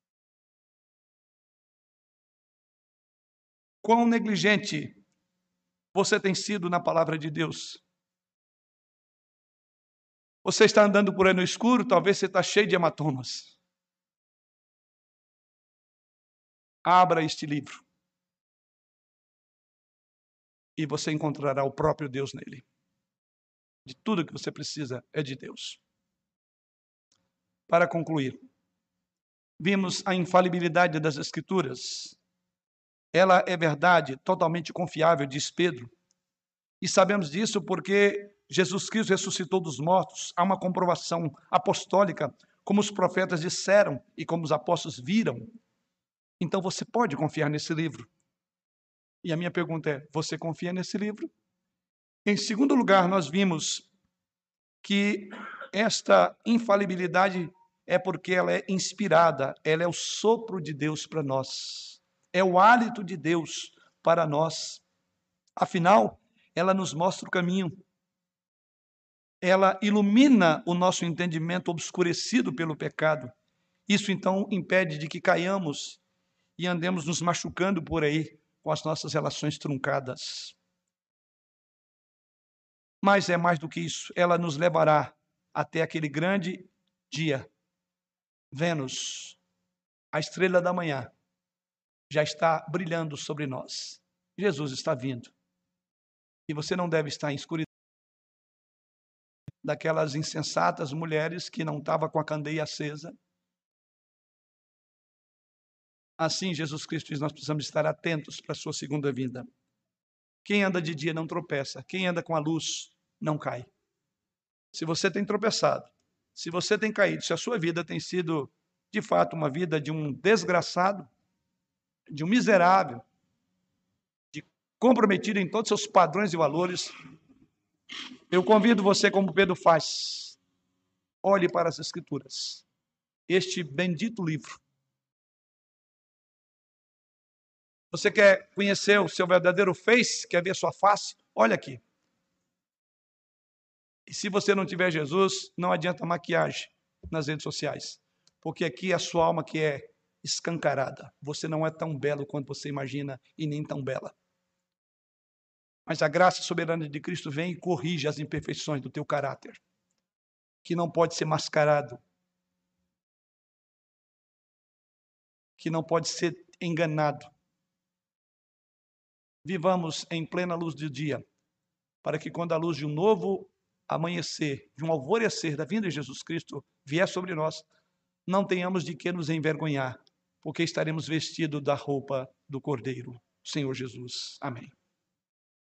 Quão negligente você tem sido na palavra de Deus? Você está andando por aí no escuro, talvez você está cheio de hematomas. Abra este livro e você encontrará o próprio Deus nele. De tudo que você precisa é de Deus. Para concluir, vimos a infalibilidade das Escrituras. Ela é verdade, totalmente confiável, diz Pedro. E sabemos disso porque Jesus Cristo ressuscitou dos mortos. Há uma comprovação apostólica, como os profetas disseram e como os apóstolos viram. Então você pode confiar nesse livro. E a minha pergunta é, você confia nesse livro? Em segundo lugar, nós vimos que esta infalibilidade é porque ela é inspirada, ela é o sopro de Deus para nós, é o hálito de Deus para nós. Afinal, ela nos mostra o caminho, ela ilumina o nosso entendimento obscurecido pelo pecado. Isso então impede de que caiamos e andemos nos machucando por aí com as nossas relações truncadas. Mas é mais do que isso, ela nos levará até aquele grande dia. Vênus, a estrela da manhã, já está brilhando sobre nós. Jesus está vindo. E você não deve estar em escuridão daquelas insensatas mulheres que não estavam com a candeia acesa. Assim, Jesus Cristo diz, nós precisamos estar atentos para a sua segunda vinda. Quem anda de dia não tropeça, quem anda com a luz não cai. Se você tem tropeçado, se você tem caído, se a sua vida tem sido, de fato, uma vida de um desgraçado, de um miserável, de comprometido em todos os seus padrões e valores, eu convido você, como Pedro faz, olhe para as Escrituras, este bendito livro. Você quer conhecer o seu verdadeiro face, quer ver sua face? Olha aqui. E se você não tiver Jesus, não adianta maquiagem nas redes sociais, porque aqui é a sua alma que é escancarada. Você não é tão belo quanto você imagina e nem tão bela. Mas a graça soberana de Cristo vem e corrige as imperfeições do teu caráter, que não pode ser mascarado, que não pode ser enganado. Vivamos em plena luz do dia, para que quando a luz de um novo amanhecer, de um alvorecer da vinda de Jesus Cristo vier sobre nós, não tenhamos de que nos envergonhar, porque estaremos vestidos da roupa do Cordeiro, Senhor Jesus. Amém.